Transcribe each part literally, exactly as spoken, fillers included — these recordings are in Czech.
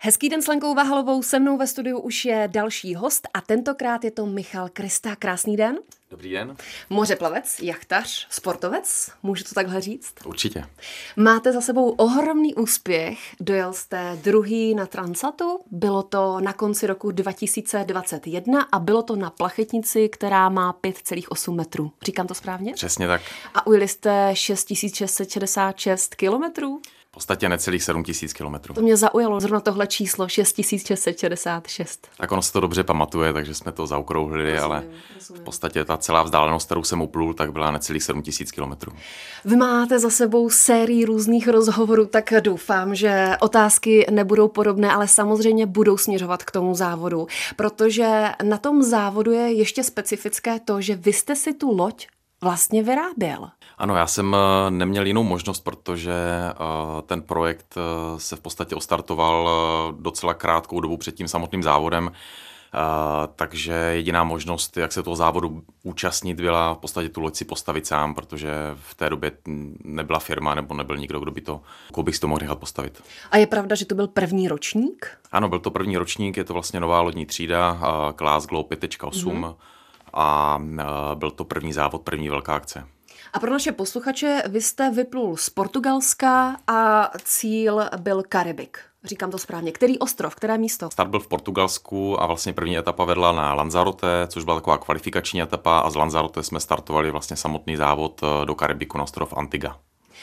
Hezký den s Lenkou Váhalovou, se mnou ve studiu už je další host a tentokrát je to Michal Krysta. Krásný den. Dobrý den. Mořeplavec, jachtař, sportovec, můžu to takhle říct? Určitě. Máte za sebou ohromný úspěch, dojel jste druhý na Transatu, bylo to na konci roku dva tisíce dvacet jedna a bylo to na plachetnici, která má pět celá osm metrů. Říkám to správně? Přesně tak. A ujeli jste šest tisíc šest set šedesát šest kilometrů? V podstatě necelých sedm tisíc kilometrů. To mě zaujalo, zrovna tohle číslo, šest tisíc šest set šedesát šest. Tak ono se to dobře pamatuje, takže jsme to zaokrouhlili, rozumím, ale rozumím. V podstatě ta celá vzdálenost, kterou jsem uplul, tak byla necelých sedm tisíc kilometrů. Vy máte za sebou sérii různých rozhovorů, tak doufám, že otázky nebudou podobné, ale samozřejmě budou směřovat k tomu závodu, protože na tom závodu je ještě specifické to, že vy jste si tu loď vlastně vyráběl. Ano, já jsem neměl jinou možnost, protože ten projekt se v podstatě ostartoval docela krátkou dobu před tím samotným závodem, takže jediná možnost, jak se toho závodu účastnit, byla v podstatě tu loď si postavit sám, protože v té době nebyla firma nebo nebyl nikdo, kdo by to, koho bych si to mohl nechat postavit. A je pravda, že to byl první ročník? Ano, byl to první ročník, je to vlastně nová lodní třída, Class Globe pět tečka osm. Mm-hmm. A byl to první závod, první velká akce. A pro naše posluchače, vy jste vyplul z Portugalska a cíl byl Karibik. Říkám to správně. Který ostrov, které místo? Start byl v Portugalsku a vlastně první etapa vedla na Lanzarote, což byla taková kvalifikační etapa, a z Lanzarote jsme startovali vlastně samotný závod do Karibiku na ostrov Antigua.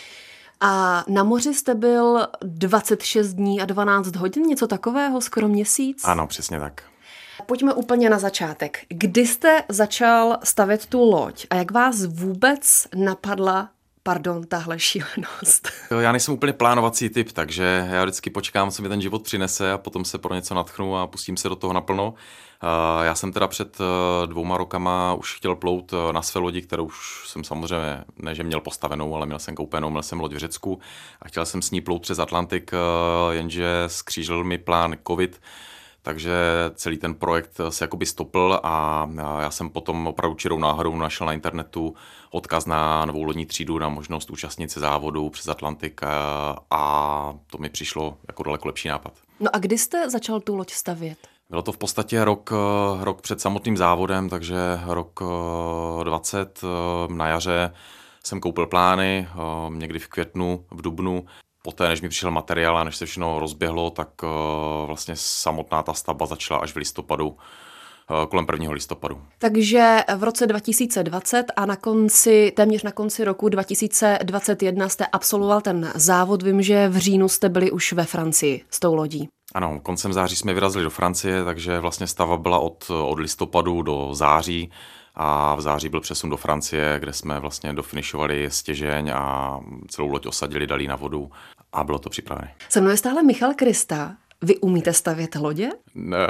A na moři jste byl dvacet šest dní a dvanáct hodin, něco takového, skoro měsíc? Ano, přesně tak. Pojďme úplně na začátek. Kdy jste začal stavět tu loď a jak vás vůbec napadla, pardon, tahle šílenost? Já nejsem úplně plánovací typ, takže já vždycky počkám, co mi ten život přinese a potom se pro něco nadchnu a pustím se do toho naplno. Já jsem teda před dvouma rokama už chtěl plout na své lodi, kterou už jsem samozřejmě, ne že měl postavenou, ale měl jsem koupenou, měl jsem loď v Řecku a chtěl jsem s ní plout přes Atlantik, jenže skřížil mi plán covid, takže celý ten projekt se jakoby stopl a já jsem potom opravdu čirou náhodou našel na internetu odkaz na novou lodní třídu, na možnost účastnit se závodu přes Atlantik a, a to mi přišlo jako daleko lepší nápad. No a kdy jste začal tu loď stavět? Bylo to v podstatě rok, rok před samotným závodem, takže rok dvacet na jaře jsem koupil plány, někdy v květnu, v dubnu. Poté, než mi přišel materiál a než se všechno rozběhlo, tak uh, vlastně samotná ta stavba začala až v listopadu, uh, kolem prvního listopadu. Takže v roce dva tisíce dvacet a na konci, téměř na konci roku dva tisíce dvacet jedna jste absolvoval ten závod. Vím, že v říjnu jste byli už ve Francii s tou lodí. Ano, koncem září jsme vyrazili do Francie, takže vlastně stavba byla od, od listopadu do září. A v září byl přesun do Francie, kde jsme vlastně dofinišovali stěžeň a celou loď osadili, dali na vodu a bylo to připravené. Se mnou je stále Michal Krysta. Vy umíte stavět lodě? Ne.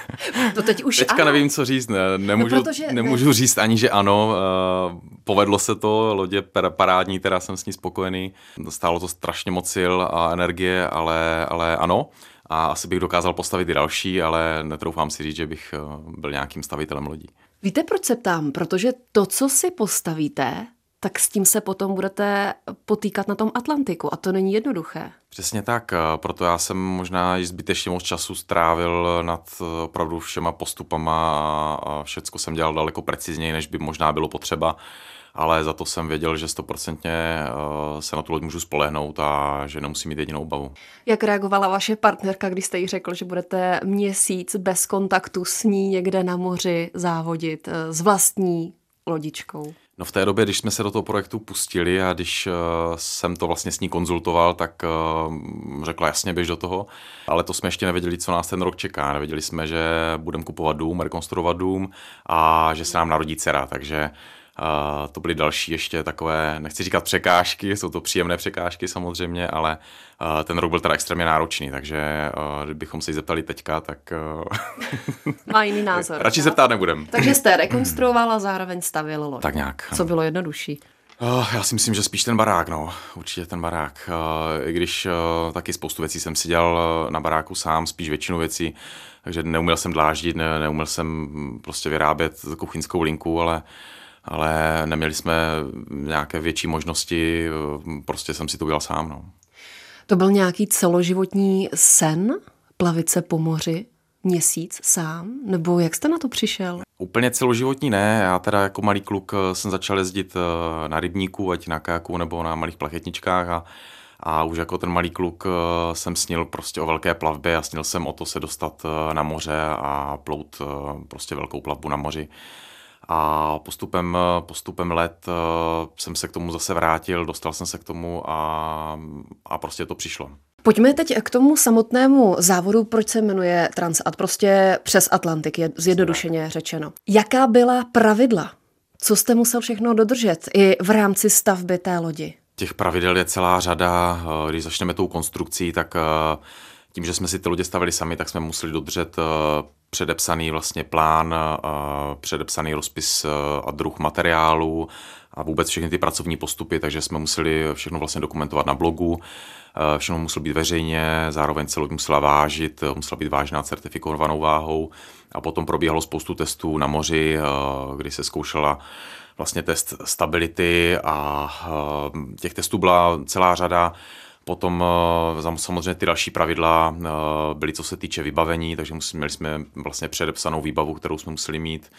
To teď už Teďka ano. nevím, co říct. Ne, nemůžu, no, protože nemůžu ne. říct ani, že ano. Povedlo se to, lodě parádní, teda jsem s ní spokojený. Stálo to strašně moc sil a energie, ale, ale ano. A asi bych dokázal postavit i další, ale netroufám si říct, že bych byl nějakým stavitelem lodí. Víte, proč se ptám? Protože to, co si postavíte, tak s tím se potom budete potýkat na tom Atlantiku a to není jednoduché. Přesně tak, proto já jsem možná i zbytečně moc času strávil nad opravdu všema postupama a všecko jsem dělal daleko precizněji, než by možná bylo potřeba, ale za to jsem věděl, že stoprocentně se na tu loď můžu spolehnout a že nemusím mít jedinou obavu. Jak reagovala vaše partnerka, když jste jí řekl, že budete měsíc bez kontaktu s ní někde na moři závodit s vlastní lodičkou? No v té době, když jsme se do toho projektu pustili a když uh, jsem to vlastně s ní konzultoval, tak uh, řekla jasně, běž do toho, ale to jsme ještě nevěděli, co nás ten rok čeká. Nevěděli jsme, že budeme kupovat dům, rekonstruovat dům a že se nám narodí dcera, takže Uh, to byly další ještě takové, nechci říkat překážky, jsou to příjemné překážky samozřejmě, ale uh, ten rok byl teda extrémně náročný, takže uh, kdybychom se jí zeptali teďka, tak uh... má jiný názor. Radši se ptát nebudem. Takže jste rekonstruoval a zároveň stavěl loď. Tak nějak. Co bylo jednodušší? Uh, já si myslím, že spíš ten barák, no, určitě ten barák. Uh, I když uh, taky spoustu věcí jsem si dělal na baráku sám, spíš většinu věcí, takže neuměl jsem dláždit, ne, neuměl jsem prostě vyrábět kuchyňskou linku, ale ale neměli jsme nějaké větší možnosti, prostě jsem si to udělal sám. No. To byl nějaký celoživotní sen plavit se po moři měsíc sám? Nebo jak jste na to přišel? Úplně celoživotní ne, já teda jako malý kluk jsem začal jezdit na rybníku, ať na kajaku nebo na malých plachetničkách a, a už jako ten malý kluk jsem snil prostě o velké plavbě a snil jsem o to se dostat na moře a plout prostě velkou plavbu na moři. A postupem, postupem let jsem se k tomu zase vrátil, dostal jsem se k tomu a, a prostě to přišlo. Pojďme teď k tomu samotnému závodu, proč se jmenuje Transat, prostě přes Atlantik, je zjednodušeně řečeno. Jaká byla pravidla? Co jste musel všechno dodržet i v rámci stavby té lodi? Těch pravidel je celá řada. Když začneme tou konstrukcí, tak tím, že jsme si ty lodě stavili sami, tak jsme museli dodržet předepsaný vlastně plán, předepsaný rozpis a druh materiálu a vůbec všechny ty pracovní postupy, takže jsme museli všechno vlastně dokumentovat na blogu. Všechno muselo být veřejně, zároveň se loď musela vážit, musela být vážená certifikovanou váhou a potom probíhalo spoustu testů na moři, kdy se zkoušela vlastně test stability a těch testů byla celá řada. Potom samozřejmě ty další pravidla byly, co se týče vybavení, takže měli jsme vlastně předepsanou výbavu, kterou jsme museli mít.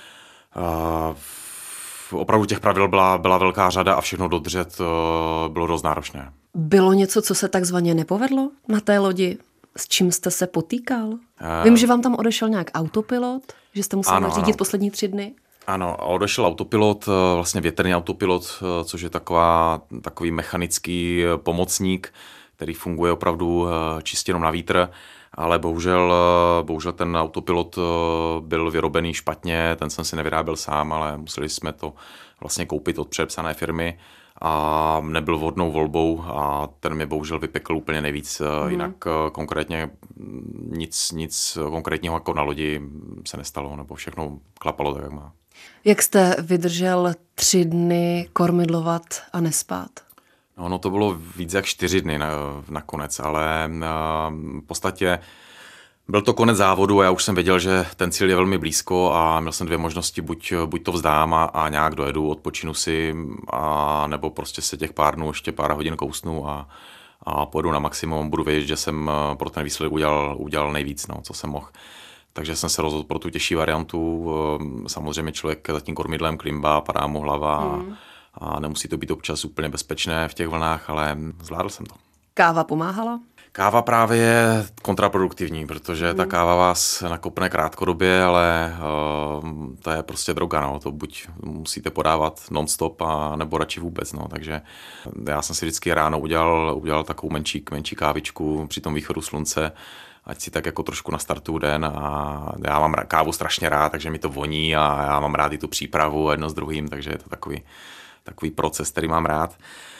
Opravdu těch pravidel byla, byla velká řada a všechno dodržet bylo dost náročné. Bylo něco, co se takzvaně nepovedlo na té lodi? S čím jste se potýkal? Vím, že vám tam odešel nějak autopilot, že jste musel ano, řídit ano. poslední tři dny. Ano, odešel autopilot, vlastně větrný autopilot, což je taková, takový mechanický pomocník, který funguje opravdu čistě jenom na vítr, ale bohužel, bohužel ten autopilot byl vyrobený špatně, ten jsem si nevyráběl sám, ale museli jsme to vlastně koupit od předepsané firmy a nebyl vhodnou volbou a ten mě bohužel vypekl úplně nejvíc. Mm. Jinak konkrétně nic, nic konkrétního jako na lodi se nestalo, nebo všechno klapalo tak, jak má. Jak jste vydržel tři dny kormidlovat a nespát? No, no to bylo víc jak čtyři dny na, nakonec, ale v podstatě byl to konec závodu a já už jsem věděl, že ten cíl je velmi blízko a měl jsem dvě možnosti, buď, buď to vzdám a, a nějak dojedu, odpočinu si, a nebo prostě se těch pár dnů, ještě pár hodin kousnu a, a pojedu na maximum, budu vědět, že jsem pro ten výsledek udělal, udělal nejvíc, no, co jsem mohl. Takže jsem se rozhodl pro tu těžší variantu. Samozřejmě člověk za tím kormidlem klimbá, padá mu hlava mm. a nemusí to být občas úplně bezpečné v těch vlnách, ale zvládl jsem to. Káva pomáhala? Káva právě je kontraproduktivní, protože mm. ta káva vás nakopne krátkodobě, ale uh, to je prostě droga, no. To buď musíte podávat non-stop, a nebo radši vůbec, no. Takže já jsem si vždycky ráno udělal, udělal takovou menší, menší kávičku při tom východu slunce, ať si tak jako trošku nastartuju den a já mám kávu strašně rád, takže mi to voní a já mám rád i tu přípravu jedno s druhým, takže je to takový, takový proces, který mám rád.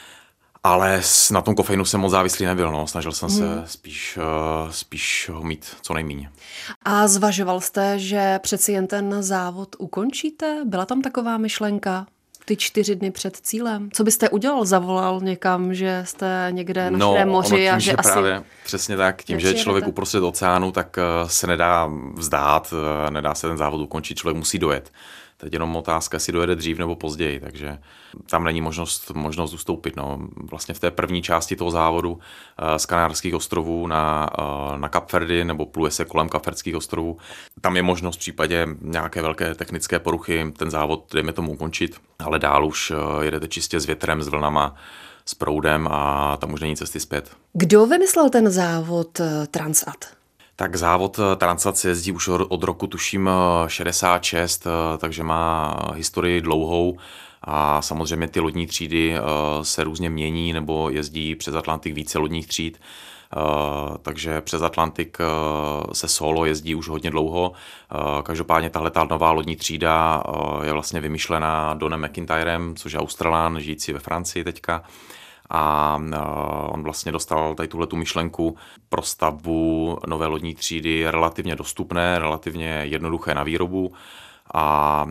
Ale na tom kofeinu jsem moc závislý nebyl, no. Snažil jsem hmm. se spíš, uh, spíš ho mít co nejméně. A zvažoval jste, že přeci jen ten závod ukončíte? Byla tam taková myšlenka? Ty čtyři dny před cílem. Co byste udělal? Zavolal někam, že jste někde na širém moři? No, tím, a že, že asi právě přesně tak. Tím, že je člověk uprostřed oceánu, tak se nedá vzdát, nedá se ten závod ukončit, člověk musí dojet. Teď jenom otázka, jestli dojede dřív nebo později, takže tam není možnost, možnost ustoupit. No. Vlastně v té první části toho závodu uh, z Kanárských ostrovů na, uh, na Kapverdy, nebo pluje se kolem Kapverdských ostrovů, tam je možnost v případě nějaké velké technické poruchy ten závod, dejme tomu, ukončit, ale dál už uh, jedete čistě s větrem, s vlnama, s proudem a tam už není cesty zpět. Kdo vymyslel ten závod uh, Transat? Tak závod Transat se jezdí už od roku tuším šedesát šest, takže má historii dlouhou a samozřejmě ty lodní třídy se různě mění nebo jezdí přes Atlantik více lodních tříd, takže přes Atlantik se solo jezdí už hodně dlouho. Každopádně tahle ta nová lodní třída je vlastně vymyšlená Donem McIntyrem, což je Australan, žijící ve Francii teďka. A on vlastně dostal tady tuhletu myšlenku pro stavbu nové lodní třídy relativně dostupné, relativně jednoduché na výrobu A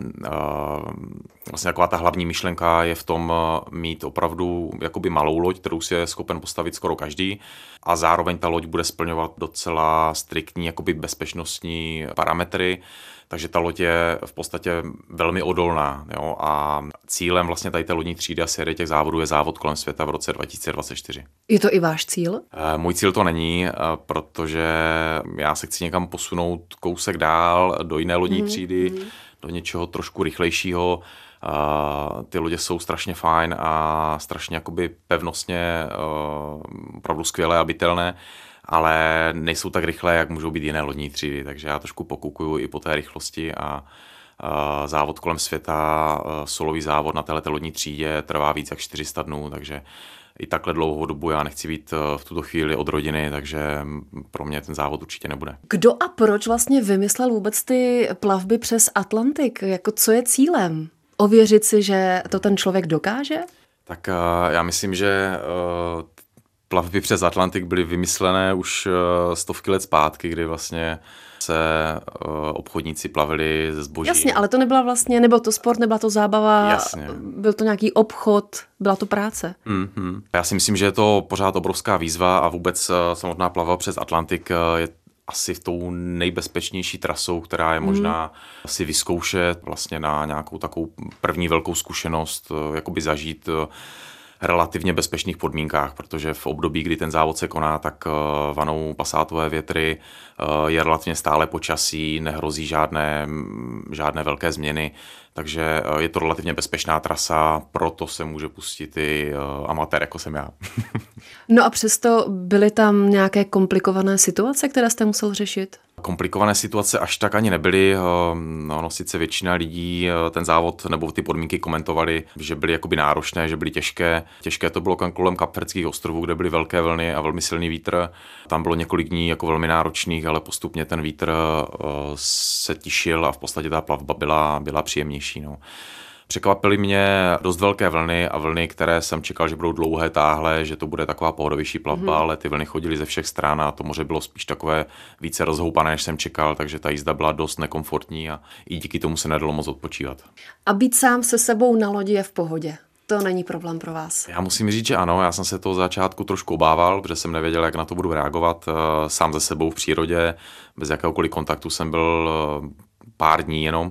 vlastně taková ta hlavní myšlenka je v tom mít opravdu jakoby malou loď, kterou si je schopen postavit skoro každý, a zároveň ta loď bude splňovat docela striktní jakoby bezpečnostní parametry, takže ta loď je v podstatě velmi odolná. Jo? A cílem vlastně tady té lodní třídy a série těch závodů je závod kolem světa v roce dva tisíce dvacet čtyři. Je to i váš cíl? Můj cíl to není, protože já se chci někam posunout kousek dál do jiné lodní mm, třídy, mm. do něčeho trošku rychlejšího. Uh, ty lodě jsou strašně fajn a strašně jakoby pevnostně uh, opravdu skvělé a bytelné, ale nejsou tak rychlé, jak můžou být jiné lodní třídy, takže já trošku pokukuju i po té rychlosti a uh, závod kolem světa, uh, solový závod na této lodní třídě trvá víc jak čtyři sta dnů, takže i takhle dlouhou dobu já nechci být v tuto chvíli od rodiny, takže pro mě ten závod určitě nebude. Kdo a proč vlastně vymyslel vůbec ty plavby přes Atlantik? Jako co je cílem? Ověřit si, že to ten člověk dokáže? Tak já myslím, že plavby přes Atlantik byly vymyslené už stovky let zpátky, kdy vlastně se obchodníci plavili ze zboží. Jasně, ale to nebyla vlastně, nebyl to sport, nebyla to zábava, Jasně. Byl to nějaký obchod, byla to práce. Mm-hmm. Já si myslím, že je to pořád obrovská výzva a vůbec samotná plavba přes Atlantik je asi tou nejbezpečnější trasou, která je možná mm. si vyzkoušet vlastně na nějakou takovou první velkou zkušenost, jakoby zažít relativně bezpečných podmínkách, protože v období, kdy ten závod se koná, tak vanou pasátové větry, je relativně stále počasí, nehrozí žádné, žádné velké změny, takže je to relativně bezpečná trasa, proto se může pustit i amatér, jako jsem já. No a přesto byly tam nějaké komplikované situace, které jste musel řešit? Komplikované situace až tak ani nebyly. No, sice většina lidí ten závod nebo ty podmínky komentovali, že byly jakoby náročné, že byly těžké. Těžké to bylo kolem Kapverdských ostrovů, kde byly velké vlny a velmi silný vítr. Tam bylo několik dní jako velmi náročných, ale postupně ten vítr se tišil a v podstatě ta plavba byla, byla příjemnější. No. Překvapily mě dost velké vlny a vlny, které jsem čekal, že budou dlouhé, táhlé, že to bude taková pohodovější plavba, mm. ale ty vlny chodily ze všech stran a to moře bylo spíš takové více rozhoupané, než jsem čekal, takže ta jízda byla dost nekomfortní a i díky tomu se nedalo moc odpočívat. A být sám se sebou na lodi je v pohodě? To není problém pro vás? Já musím říct, že ano, já jsem se toho začátku trošku obával, protože jsem nevěděl, jak na to budu reagovat. Sám ze sebou v přírodě, bez jakéhokoliv kontaktu jsem byl pár dní jenom.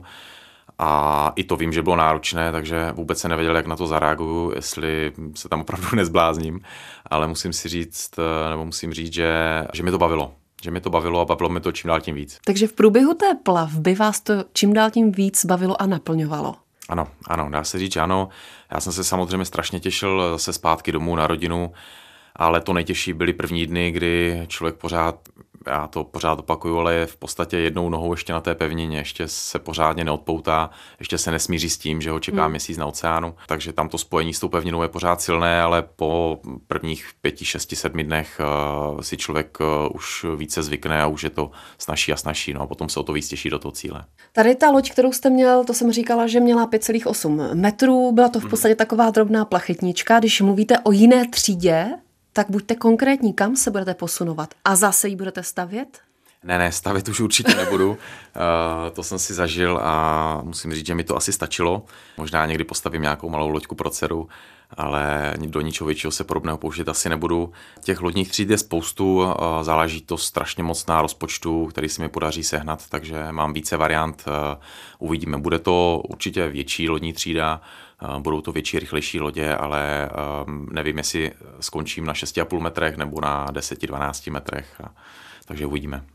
A i to vím, že bylo náročné, takže vůbec se nevěděl, jak na to zareaguju, jestli se tam opravdu nezblázním, ale musím si říct, nebo musím říct, že, že mi to bavilo. Že mi to bavilo a bavilo mi to čím dál tím víc. Takže v průběhu té plavby vás to čím dál tím víc bavilo a naplňovalo? Ano, ano, dá se říct, že ano. Já jsem se samozřejmě strašně těšil zase zpátky domů na rodinu, ale to nejtěžší byly první dny, kdy člověk pořád, já to pořád opakuju, ale je v podstatě jednou nohou ještě na té pevnině, ještě se pořádně neodpoutá, ještě se nesmíří s tím, že ho čeká hmm. měsíc na oceánu, takže tam to spojení s tou pevninou je pořád silné, ale po prvních pěti, šesti, sedmi dnech uh, si člověk uh, už více zvykne a už je to snazší a snazší, no a potom se o to víc těší do toho cíle. Tady ta loď, kterou jste měl, to jsem říkala, že měla pět celá osm metrů, byla to v podstatě taková drobná plachetnička. Když mluvíte o jiné třídě, tak buďte konkrétní, kam se budete posunovat a zase ji budete stavět? Ne, ne, stavět už určitě nebudu. Uh, to jsem si zažil a musím říct, že mi to asi stačilo. Možná někdy postavím nějakou malou loďku pro dceru, ale do ničeho většího se podobného použít asi nebudu. Těch lodních tříd je spoustu, uh, záleží to strašně moc na rozpočtu, který se mi podaří sehnat, takže mám více variant. Uh, uvidíme, bude to určitě větší lodní třída, budou to větší, rychlejší lodě, ale um, nevím, jestli skončím na šesti a půl metrech nebo na deseti dvanácti metrech, a, takže uvidíme.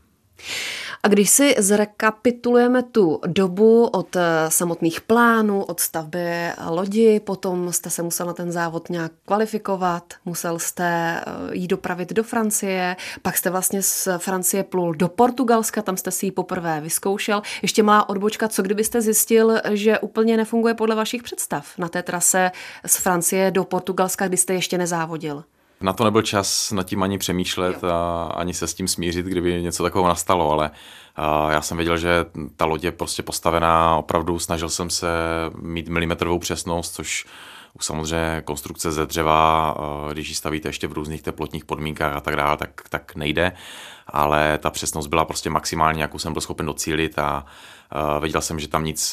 A když si zrekapitulujeme tu dobu od samotných plánů, od stavby lodi, potom jste se musel na ten závod nějak kvalifikovat, musel jste jít dopravit do Francie, pak jste vlastně z Francie plul do Portugalska, tam jste si ji poprvé vyzkoušel. Ještě malá odbočka, co kdybyste zjistil, že úplně nefunguje podle vašich představ na té trase z Francie do Portugalska, kdy jste ještě nezávodil? Na to nebyl čas nad tím ani přemýšlet a ani se s tím smířit, kdyby něco takového nastalo, ale já jsem věděl, že ta loď je prostě postavená, opravdu snažil jsem se mít milimetrovou přesnost, což Už samozřejmě konstrukce ze dřeva, když ji stavíte ještě v různých teplotních podmínkách a tak dále, tak, tak nejde, ale ta přesnost byla prostě maximální, jakou jsem byl schopen docílit a věděl jsem, že tam nic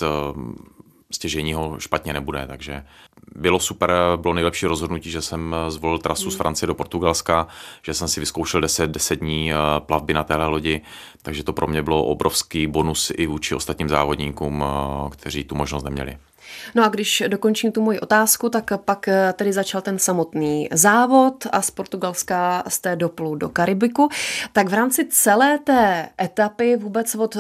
stěžejního špatně nebude, takže bylo super, bylo nejlepší rozhodnutí, že jsem zvolil trasu z Francie do Portugalska, že jsem si vyzkoušel deset, deset dní plavby na téhle lodi, takže to pro mě bylo obrovský bonus i vůči ostatním závodníkům, kteří tu možnost neměli. No a když dokončím tu moji otázku, tak pak tedy začal ten samotný závod a z Portugalska jste doplul do Karibiku. Tak v rámci celé té etapy vůbec od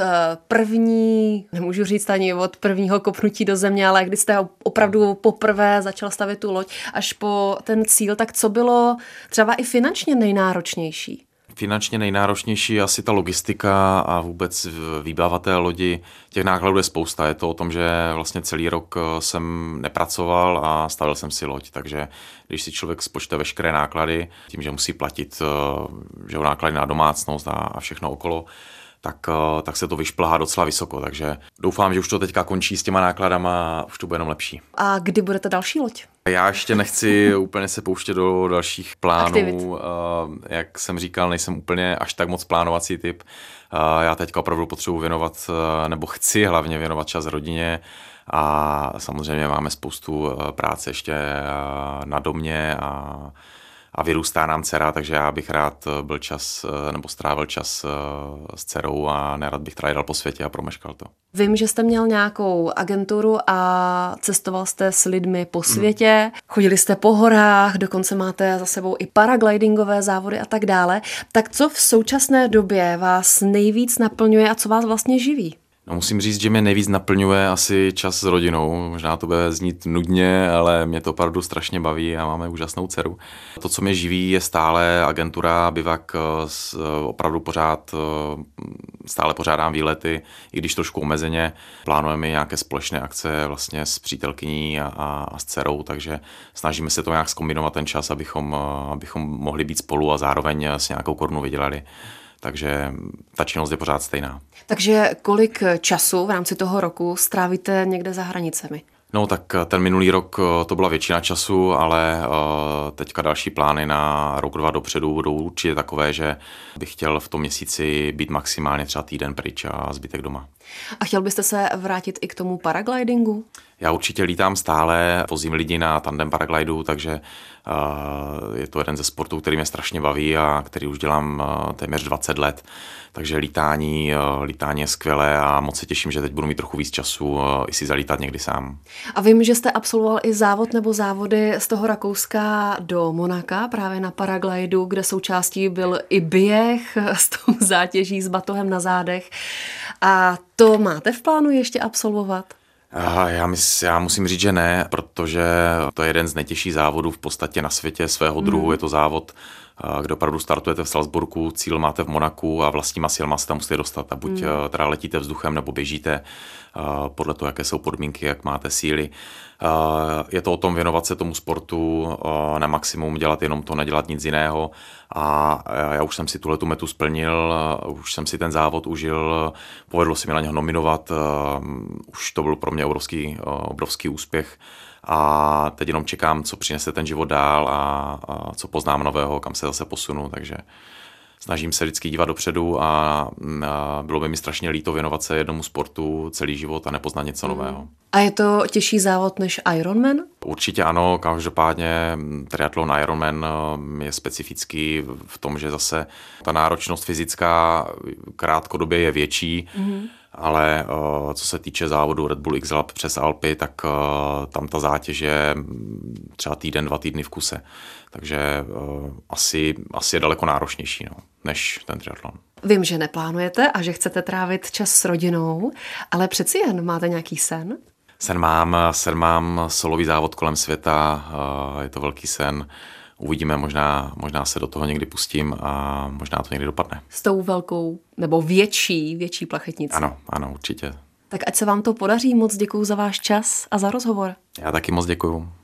první, nemůžu říct ani od prvního kopnutí do země, ale kdy jste opravdu poprvé začal stavět tu loď až po ten cíl, tak co bylo třeba i finančně nejnáročnější? Finančně nejnáročnější je asi ta logistika a vůbec výbava té lodi. Těch nákladů je spousta. Je to o tom, že vlastně celý rok jsem nepracoval a stavil jsem si loď. Takže když si člověk spočte veškeré náklady, tím, že musí platit že náklady na domácnost a všechno okolo, tak, tak se to vyšplhá docela vysoko. Takže doufám, že už to teďka končí s těma nákladama a už to bude jenom lepší. A kdy budete další loď? Já ještě nechci úplně se pouštět do dalších plánů. Aktivit. Jak jsem říkal, nejsem úplně až tak moc plánovací typ. Já teďka opravdu potřebuji věnovat, nebo chci hlavně věnovat čas rodině a samozřejmě máme spoustu práce ještě na domě a a vyrůstá nám dcera, takže já bych rád byl čas, nebo strávil čas s dcerou a nerad bych teda jel po světě a promeškal to. Vím, že jste měl nějakou agenturu a cestoval jste s lidmi po světě, mm. chodili jste po horách, dokonce máte za sebou i paraglidingové závody a tak dále. Tak co v současné době vás nejvíc naplňuje a co vás vlastně živí? No, musím říct, že mě nejvíc naplňuje asi čas s rodinou. Možná to bude znít nudně, ale mě to opravdu strašně baví a máme úžasnou dceru. To, co mě živí, je stále agentura, bivak, opravdu pořád, stále pořádám výlety, i když trošku omezeně. Plánujeme nějaké společné akce vlastně s přítelkyní a, a s dcerou, takže snažíme se to nějak zkombinovat ten čas, abychom, abychom mohli být spolu a zároveň s nějakou korunu vydělali. Takže ta činnost je pořád stejná. Takže kolik času v rámci toho roku strávíte někde za hranicemi? No tak ten minulý rok to byla většina času, ale teďka další plány na rok, dva dopředu budou určitě takové, že bych chtěl v tom měsíci být maximálně třeba týden pryč a zbytek doma. A chtěl byste se vrátit i k tomu paraglidingu? Já určitě lítám stále, vozím lidi na tandem paraglidu, takže uh, je to jeden ze sportů, který mě strašně baví a který už dělám uh, téměř dvacet let. Takže lítání, uh, lítání je skvělé a moc se těším, že teď budu mít trochu víc času uh, i si zalítat někdy sám. A vím, že jste absolvoval i závod nebo závody z toho Rakouska do Monaka, právě na paraglidu, kde součástí byl i běh s tou zátěží s batohem na zádech. A to máte v plánu ještě absolvovat? Já, mys, já musím říct, že ne, protože to je jeden z nejtěžších závodů v podstatě na světě svého druhu. Mm. Je to závod, kde opravdu startujete v Salzburgu, cíl máte v Monaku a vlastníma silama se tam musíte dostat. A buď mm. teda letíte vzduchem nebo běžíte podle toho, jaké jsou podmínky, jak máte síly. Je to o tom věnovat se tomu sportu na maximum, dělat jenom to, nedělat nic jiného. A já už jsem si tuhletu metu splnil, už jsem si ten závod užil, povedlo se mi na něho nominovat, už to byl pro mě obrovský, obrovský úspěch. A teď jenom čekám, co přinese ten život dál a, a co poznám nového, kam se zase posunu, takže snažím se vždycky dívat dopředu a, a bylo by mi strašně líto věnovat se jednomu sportu celý život a nepoznat něco nového. A je to těžší závod než Ironman? Určitě ano, každopádně triatlon Ironman je specifický v tom, že zase ta náročnost fyzická krátkodobě je větší, mm-hmm. ale uh, co se týče závodu Red Bull X-Lab přes Alpy, tak uh, tam ta zátěž je třeba týden, dva týdny v kuse. Takže uh, asi, asi je daleko náročnější no, než ten triatlon. Vím, že neplánujete a že chcete trávit čas s rodinou, ale přeci jen máte nějaký sen? Sen mám, sen mám solový závod kolem světa, uh, je to velký sen. Uvidíme, možná, možná se do toho někdy pustím a možná to někdy dopadne. S tou velkou nebo větší, větší plachetnicí. Ano, ano, určitě. Tak ať se vám to podaří, moc děkuju za váš čas a za rozhovor. Já taky moc děkuju.